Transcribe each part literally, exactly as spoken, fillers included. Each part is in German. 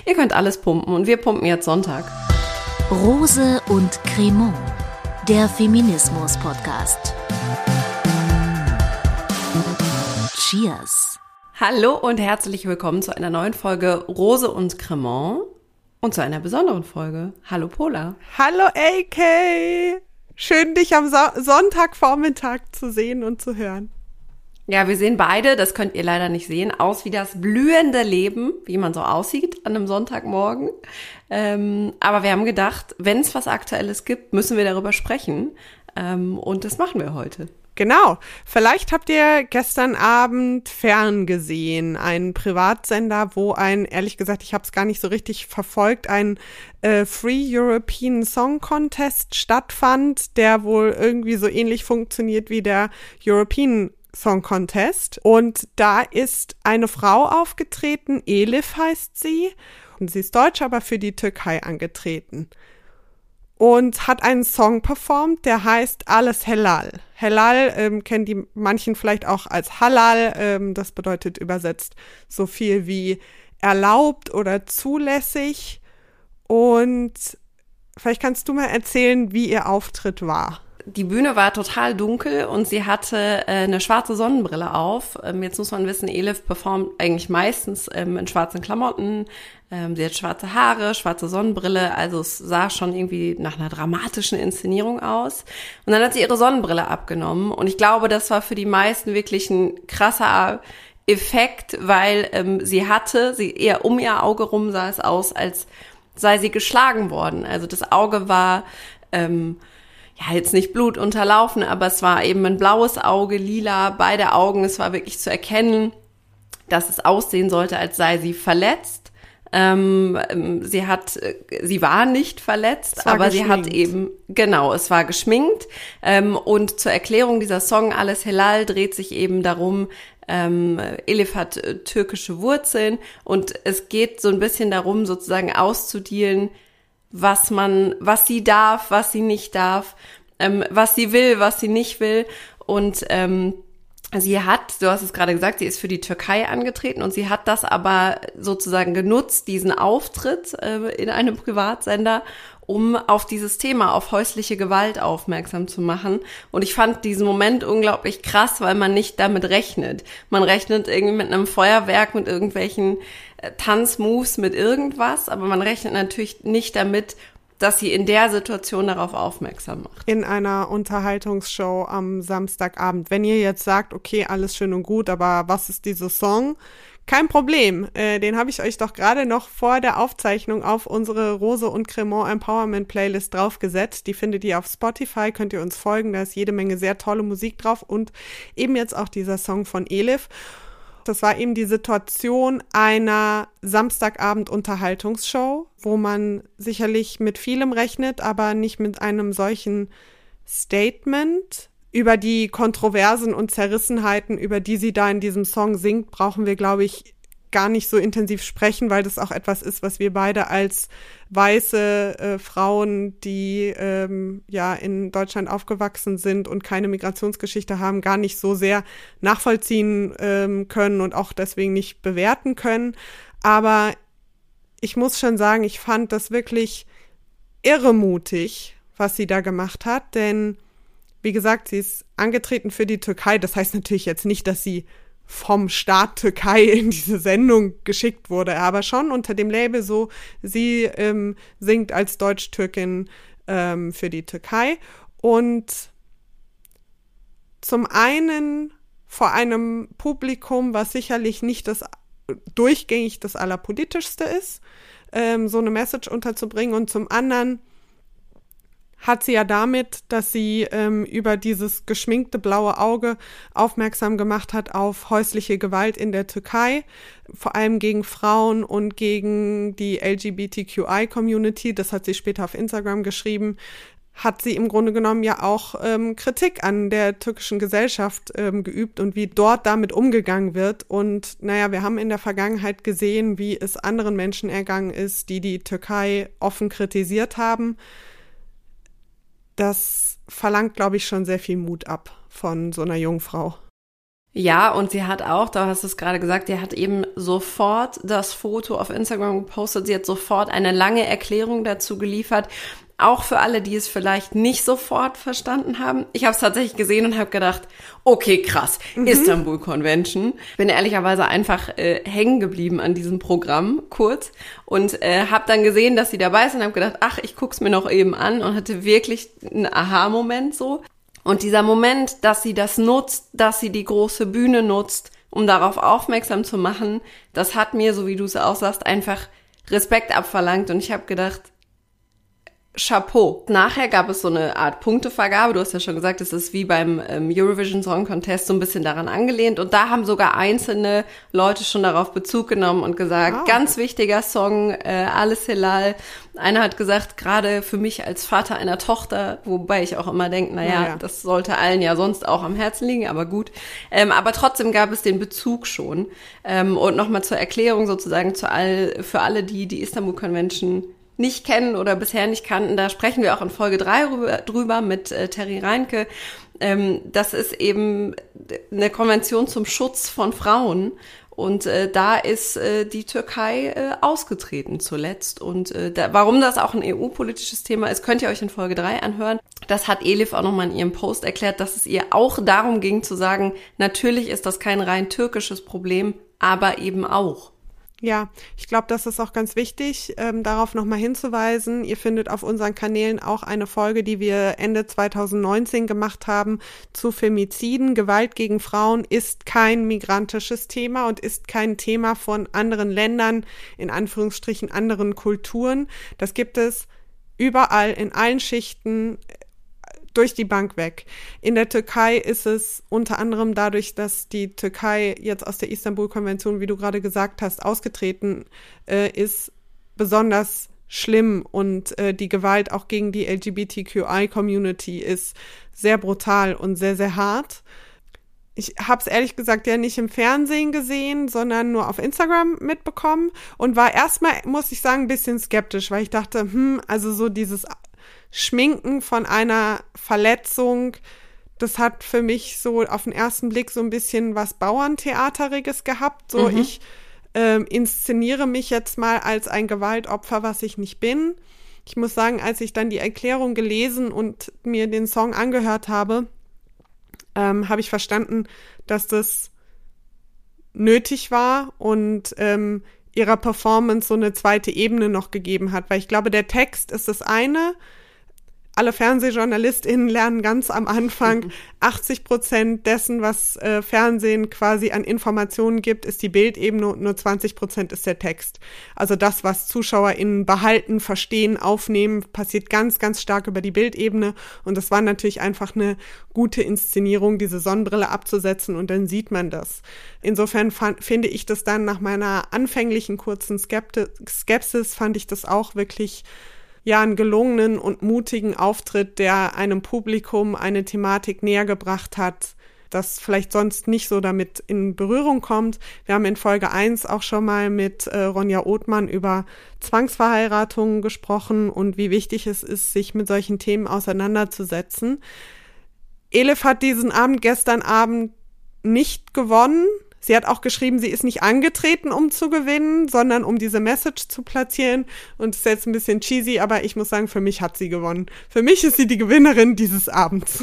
Ihr könnt alles pumpen und wir pumpen jetzt Sonntag. Rose und Cremant, der Feminismus-Podcast. Cheers. Hallo und herzlich willkommen zu einer neuen Folge Rose und Cremant und zu einer besonderen Folge. Hallo Pola. Hallo A K. Schön, dich am so- Sonntagvormittag zu sehen und zu hören. Ja, wir sehen beide, das könnt ihr leider nicht sehen, aus wie das blühende Leben, wie man so aussieht an einem Sonntagmorgen. Ähm, aber wir haben gedacht, wenn es was Aktuelles gibt, müssen wir darüber sprechen. Ähm, und das machen wir heute. Genau. Vielleicht habt ihr gestern Abend ferngesehen, einen Privatsender, wo ein, ehrlich gesagt, ich habe es gar nicht so richtig verfolgt, ein äh, Free European Song Contest stattfand, der wohl irgendwie so ähnlich funktioniert wie der European Song Contest. Und da ist eine Frau aufgetreten, Elif heißt sie, und sie ist deutsch, aber für die Türkei angetreten. Und hat einen Song performt, der heißt Alles Helal. Helal ähm, kennen die manchen vielleicht auch als Halal. Ähm, das bedeutet übersetzt so viel wie erlaubt oder zulässig. Und vielleicht kannst du mal erzählen, wie ihr Auftritt war. Die Bühne war total dunkel und sie hatte äh, eine schwarze Sonnenbrille auf. Ähm, jetzt muss man wissen, Elif performt eigentlich meistens ähm, in schwarzen Klamotten. Ähm, sie hat schwarze Haare, schwarze Sonnenbrille, also es sah schon irgendwie nach einer dramatischen Inszenierung aus. Und dann hat sie ihre Sonnenbrille abgenommen und ich glaube, das war für die meisten wirklich ein krasser Effekt, weil ähm, sie hatte, sie eher um ihr Auge rum sah es aus, als sei sie geschlagen worden. Also das Auge war ähm, ja, jetzt nicht blutunterlaufen, aber es war eben ein blaues Auge, lila, beide Augen. Es war wirklich zu erkennen, dass es aussehen sollte, als sei sie verletzt. Ähm, sie hat, sie war nicht verletzt, war aber geschminkt. Sie hat eben, genau, es war geschminkt. Ähm, und zur Erklärung, dieser Song Alles Helal dreht sich eben darum, ähm, Elif hat äh, türkische Wurzeln und es geht so ein bisschen darum, sozusagen auszudealen, was man, was sie darf, was sie nicht darf, ähm, was sie will, was sie nicht will. Und ähm, sie hat, du hast es gerade gesagt, sie ist für die Türkei angetreten und sie hat das aber sozusagen genutzt, diesen Auftritt äh, in einem Privatsender, um auf dieses Thema, auf häusliche Gewalt aufmerksam zu machen. Und ich fand diesen Moment unglaublich krass, weil man nicht damit rechnet. Man rechnet irgendwie mit einem Feuerwerk, mit irgendwelchen äh, Tanzmoves, mit irgendwas, aber man rechnet natürlich nicht damit, dass sie in der Situation darauf aufmerksam macht. In einer Unterhaltungsshow am Samstagabend. Wenn ihr jetzt sagt, okay, alles schön und gut, aber was ist dieser Song? Kein Problem, äh, den habe ich euch doch gerade noch vor der Aufzeichnung auf unsere Rose und Cremant Empowerment Playlist draufgesetzt. Die findet ihr auf Spotify, könnt ihr uns folgen, da ist jede Menge sehr tolle Musik drauf und eben jetzt auch dieser Song von Elif. Das war eben die Situation einer Samstagabend-Unterhaltungsshow, wo man sicherlich mit vielem rechnet, aber nicht mit einem solchen Statement. Über die Kontroversen und Zerrissenheiten, über die sie da in diesem Song singt, brauchen wir, glaube ich, gar nicht so intensiv sprechen, weil das auch etwas ist, was wir beide als weiße äh, Frauen, die ähm, ja in Deutschland aufgewachsen sind und keine Migrationsgeschichte haben, gar nicht so sehr nachvollziehen ähm, können und auch deswegen nicht bewerten können. Aber ich muss schon sagen, ich fand das wirklich irremutig, was sie da gemacht hat, denn wie gesagt, sie ist angetreten für die Türkei. Das heißt natürlich jetzt nicht, dass sie vom Staat Türkei in diese Sendung geschickt wurde, aber schon unter dem Label so, sie ähm, singt als Deutsch-Türkin ähm, für die Türkei. Und zum einen vor einem Publikum, was sicherlich nicht das durchgängig das Allerpolitischste ist, ähm, so eine Message unterzubringen, und zum anderen hat sie ja damit, dass sie ähm, über dieses geschminkte blaue Auge aufmerksam gemacht hat auf häusliche Gewalt in der Türkei, vor allem gegen Frauen und gegen die L G B T Q I-Community, das hat sie später auf Instagram geschrieben, hat sie im Grunde genommen ja auch ähm, Kritik an der türkischen Gesellschaft ähm, geübt und wie dort damit umgegangen wird. Und naja, wir haben in der Vergangenheit gesehen, wie es anderen Menschen ergangen ist, die die Türkei offen kritisiert haben. Das verlangt, glaube ich, schon sehr viel Mut ab von so einer jungen Frau. Ja, und sie hat auch, da hast du es gerade gesagt, sie hat eben sofort das Foto auf Instagram gepostet, sie hat sofort eine lange Erklärung dazu geliefert, auch für alle, die es vielleicht nicht sofort verstanden haben. Ich habe es tatsächlich gesehen und habe gedacht, okay, krass, mhm. Istanbul Convention. Bin ehrlicherweise einfach äh, hängen geblieben an diesem Programm kurz und äh, habe dann gesehen, dass sie dabei ist und habe gedacht, ach, ich guck's mir noch eben an und hatte wirklich einen Aha-Moment so. Und dieser Moment, dass sie das nutzt, dass sie die große Bühne nutzt, um darauf aufmerksam zu machen, das hat mir, so wie du es auch sagst, einfach Respekt abverlangt. Und ich habe gedacht, Chapeau. Nachher gab es so eine Art Punktevergabe. Du hast ja schon gesagt, es ist wie beim ähm, Eurovision Song Contest so ein bisschen daran angelehnt. Und da haben sogar einzelne Leute schon darauf Bezug genommen und gesagt, oh. ganz wichtiger Song, äh, alles Hilal. Einer hat gesagt, gerade für mich als Vater einer Tochter, wobei ich auch immer denke, naja, ja, ja. das sollte allen ja sonst auch am Herzen liegen, aber gut. Ähm, aber trotzdem gab es den Bezug schon. Ähm, und nochmal zur Erklärung sozusagen zu all, für alle, die die Istanbul Convention nicht kennen oder bisher nicht kannten, da sprechen wir auch in Folge drei rüber, drüber mit äh, Terry Reinke. Ähm, das ist eben eine Konvention zum Schutz von Frauen und äh, da ist äh, die Türkei äh, ausgetreten zuletzt und äh, da, warum das auch ein E U-politisches Thema ist, könnt ihr euch in Folge drei anhören. Das hat Elif auch nochmal in ihrem Post erklärt, dass es ihr auch darum ging zu sagen, natürlich ist das kein rein türkisches Problem, aber eben auch. Ja, ich glaube, das ist auch ganz wichtig, ähm, darauf nochmal hinzuweisen. Ihr findet auf unseren Kanälen auch eine Folge, die wir Ende zwanzig neunzehn gemacht haben zu Femiziden. Gewalt gegen Frauen ist kein migrantisches Thema und ist kein Thema von anderen Ländern, in Anführungsstrichen anderen Kulturen. Das gibt es überall in allen Schichten durch die Bank weg. In der Türkei ist es unter anderem dadurch, dass die Türkei jetzt aus der Istanbul-Konvention, wie du gerade gesagt hast, ausgetreten äh, ist, besonders schlimm und äh, die Gewalt auch gegen die L G B T Q I-Community ist sehr brutal und sehr, sehr hart. Ich habe es ehrlich gesagt ja nicht im Fernsehen gesehen, sondern nur auf Instagram mitbekommen und war erstmal, muss ich sagen, ein bisschen skeptisch, weil ich dachte, hm, also so dieses Schminken von einer Verletzung, das hat für mich so auf den ersten Blick so ein bisschen was Bauerntheateriges gehabt. So, mhm. ich ähm, inszeniere mich jetzt mal als ein Gewaltopfer, was ich nicht bin. Ich muss sagen, als ich dann die Erklärung gelesen und mir den Song angehört habe, ähm, habe ich verstanden, dass das nötig war und ähm, ihrer Performance so eine zweite Ebene noch gegeben hat. Weil ich glaube, der Text ist das eine. Alle FernsehjournalistInnen lernen ganz am Anfang, achtzig Prozent dessen, was äh, Fernsehen quasi an Informationen gibt, ist die Bildebene und nur zwanzig Prozent ist der Text. Also das, was ZuschauerInnen behalten, verstehen, aufnehmen, passiert ganz, ganz stark über die Bildebene. Und das war natürlich einfach eine gute Inszenierung, diese Sonnenbrille abzusetzen und dann sieht man das. Insofern fand, finde ich das dann nach meiner anfänglichen kurzen Skepti- Skepsis, fand ich das auch wirklich ja, einen gelungenen und mutigen Auftritt, der einem Publikum eine Thematik näher gebracht hat, das vielleicht sonst nicht so damit in Berührung kommt. Wir haben in Folge eins auch schon mal mit äh, Ronja Othmann über Zwangsverheiratungen gesprochen und wie wichtig es ist, sich mit solchen Themen auseinanderzusetzen. Elif hat diesen Abend gestern Abend nicht gewonnen. Sie hat auch geschrieben, sie ist nicht angetreten, um zu gewinnen, sondern um diese Message zu platzieren. Und das ist jetzt ein bisschen cheesy, aber ich muss sagen, für mich hat sie gewonnen. Für mich ist sie die Gewinnerin dieses Abends.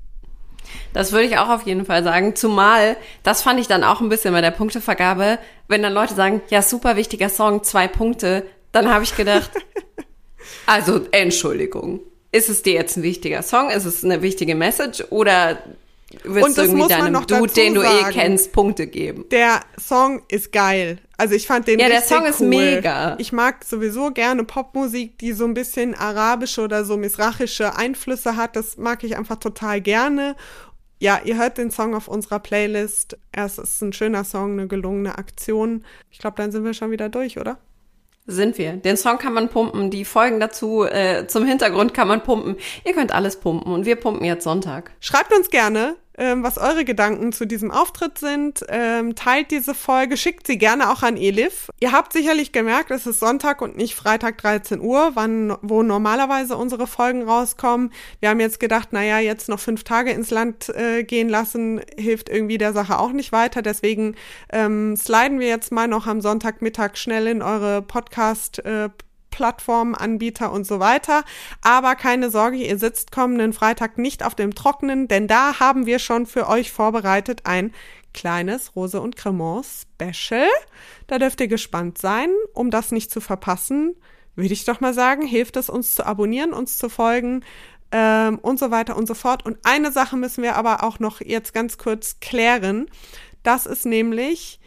Das würde ich auch auf jeden Fall sagen. Zumal, das fand ich dann auch ein bisschen bei der Punktevergabe, wenn dann Leute sagen, ja, super wichtiger Song, zwei Punkte, dann habe ich gedacht, also Entschuldigung, ist es dir jetzt ein wichtiger Song? Ist es eine wichtige Message oder willst du irgendwie deinem Dude, den du eh kennst, Punkte geben? Der Song ist geil. Also ich fand den ja, richtig cool. Ja, der Song ist mega. Ich mag sowieso gerne Popmusik, die so ein bisschen arabische oder so misrachische Einflüsse hat. Das mag ich einfach total gerne. Ja, ihr hört den Song auf unserer Playlist. Es ist ein schöner Song, eine gelungene Aktion. Ich glaube, dann sind wir schon wieder durch, oder? Sind wir. Den Song kann man pumpen, die Folgen dazu äh, zum Hintergrund kann man pumpen. Ihr könnt alles pumpen und wir pumpen jetzt Sonntag. Schreibt uns gerne, ähm, was eure Gedanken zu diesem Auftritt sind. Ähm, teilt diese Folge, schickt sie gerne auch an Elif. Ihr habt sicherlich gemerkt, es ist Sonntag und nicht Freitag dreizehn Uhr, wann, wo normalerweise unsere Folgen rauskommen. Wir haben jetzt gedacht, naja, jetzt noch fünf Tage ins Land äh, gehen lassen, hilft irgendwie der Sache auch nicht weiter. Deswegen ähm, sliden wir jetzt mal noch am Sonntagmittag schnell in eure Podcast- äh, Plattformen, Anbieter und so weiter. Aber keine Sorge, ihr sitzt kommenden Freitag nicht auf dem Trockenen, denn da haben wir schon für euch vorbereitet ein kleines Rose und Cremant Special. Da dürft ihr gespannt sein. Um das nicht zu verpassen, würde ich doch mal sagen, hilft es uns zu abonnieren, uns zu folgen ähm, und so weiter und so fort. Und eine Sache müssen wir aber auch noch jetzt ganz kurz klären. Das ist nämlich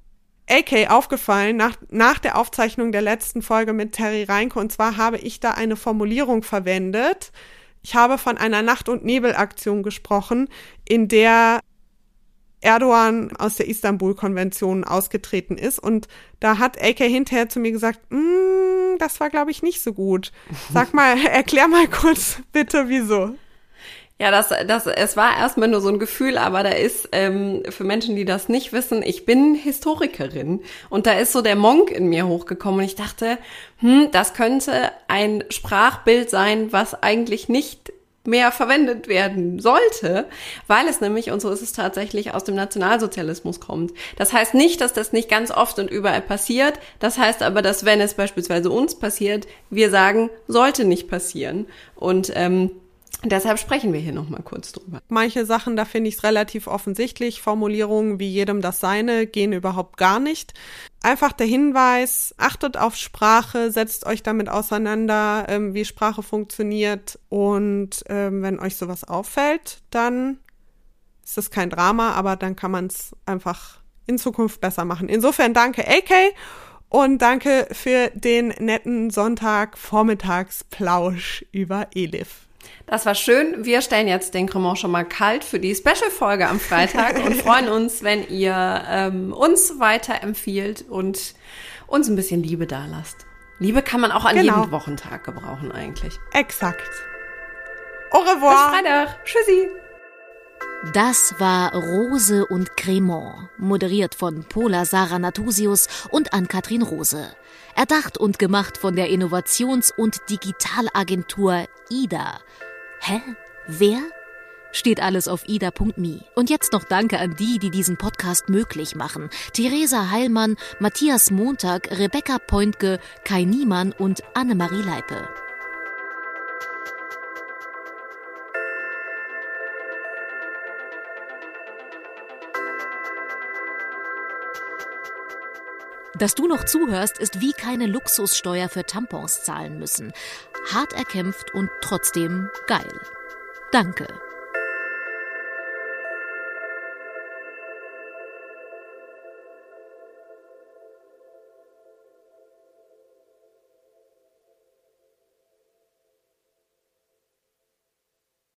A K aufgefallen nach, nach der Aufzeichnung der letzten Folge mit Terry Reinke. Und zwar habe ich da eine Formulierung verwendet. Ich habe von einer Nacht- und Nebel-Aktion gesprochen, in der Erdogan aus der Istanbul-Konvention ausgetreten ist. Und da hat A K hinterher zu mir gesagt, das war, glaube ich, nicht so gut. Sag mal, erklär mal kurz bitte, wieso. Ja, das, das, es war erstmal nur so ein Gefühl, aber da ist, ähm, für Menschen, die das nicht wissen, ich bin Historikerin und da ist so der Monk in mir hochgekommen und ich dachte, hm, das könnte ein Sprachbild sein, was eigentlich nicht mehr verwendet werden sollte, weil es nämlich, und so ist es tatsächlich, aus dem Nationalsozialismus kommt. Das heißt nicht, dass das nicht ganz oft und überall passiert, das heißt aber, dass wenn es beispielsweise uns passiert, wir sagen, sollte nicht passieren und ähm, deshalb sprechen wir hier nochmal kurz drüber. Manche Sachen, da finde ich es relativ offensichtlich. Formulierungen wie jedem das Seine gehen überhaupt gar nicht. Einfach der Hinweis, achtet auf Sprache, setzt euch damit auseinander, ähm, wie Sprache funktioniert. Und ähm, wenn euch sowas auffällt, dann ist das kein Drama, aber dann kann man es einfach in Zukunft besser machen. Insofern danke A K und danke für den netten Sonntag-Vormittagsplausch über Elif. Das war schön. Wir stellen jetzt den Cremant schon mal kalt für die Special-Folge am Freitag und freuen uns, wenn ihr ähm, uns weiterempfiehlt und uns ein bisschen Liebe dalasst. Liebe kann man auch an genau. jedem Wochentag gebrauchen eigentlich. Exakt. Au revoir. Bis Freitag. Tschüssi. Das war Rose und Cremant, moderiert von Pola Sarah Nathusius und Ann-Kathrin Rose. Erdacht und gemacht von der Innovations- und Digitalagentur I D A. Hä? Wer? Steht alles auf ida punkt me. Und jetzt noch Danke an die, die diesen Podcast möglich machen. Theresa Heilmann, Matthias Montag, Rebecca Pointke, Kai Niemann und Annemarie Leipe. Dass du noch zuhörst, ist wie keine Luxussteuer für Tampons zahlen müssen. Hart erkämpft und trotzdem geil. Danke.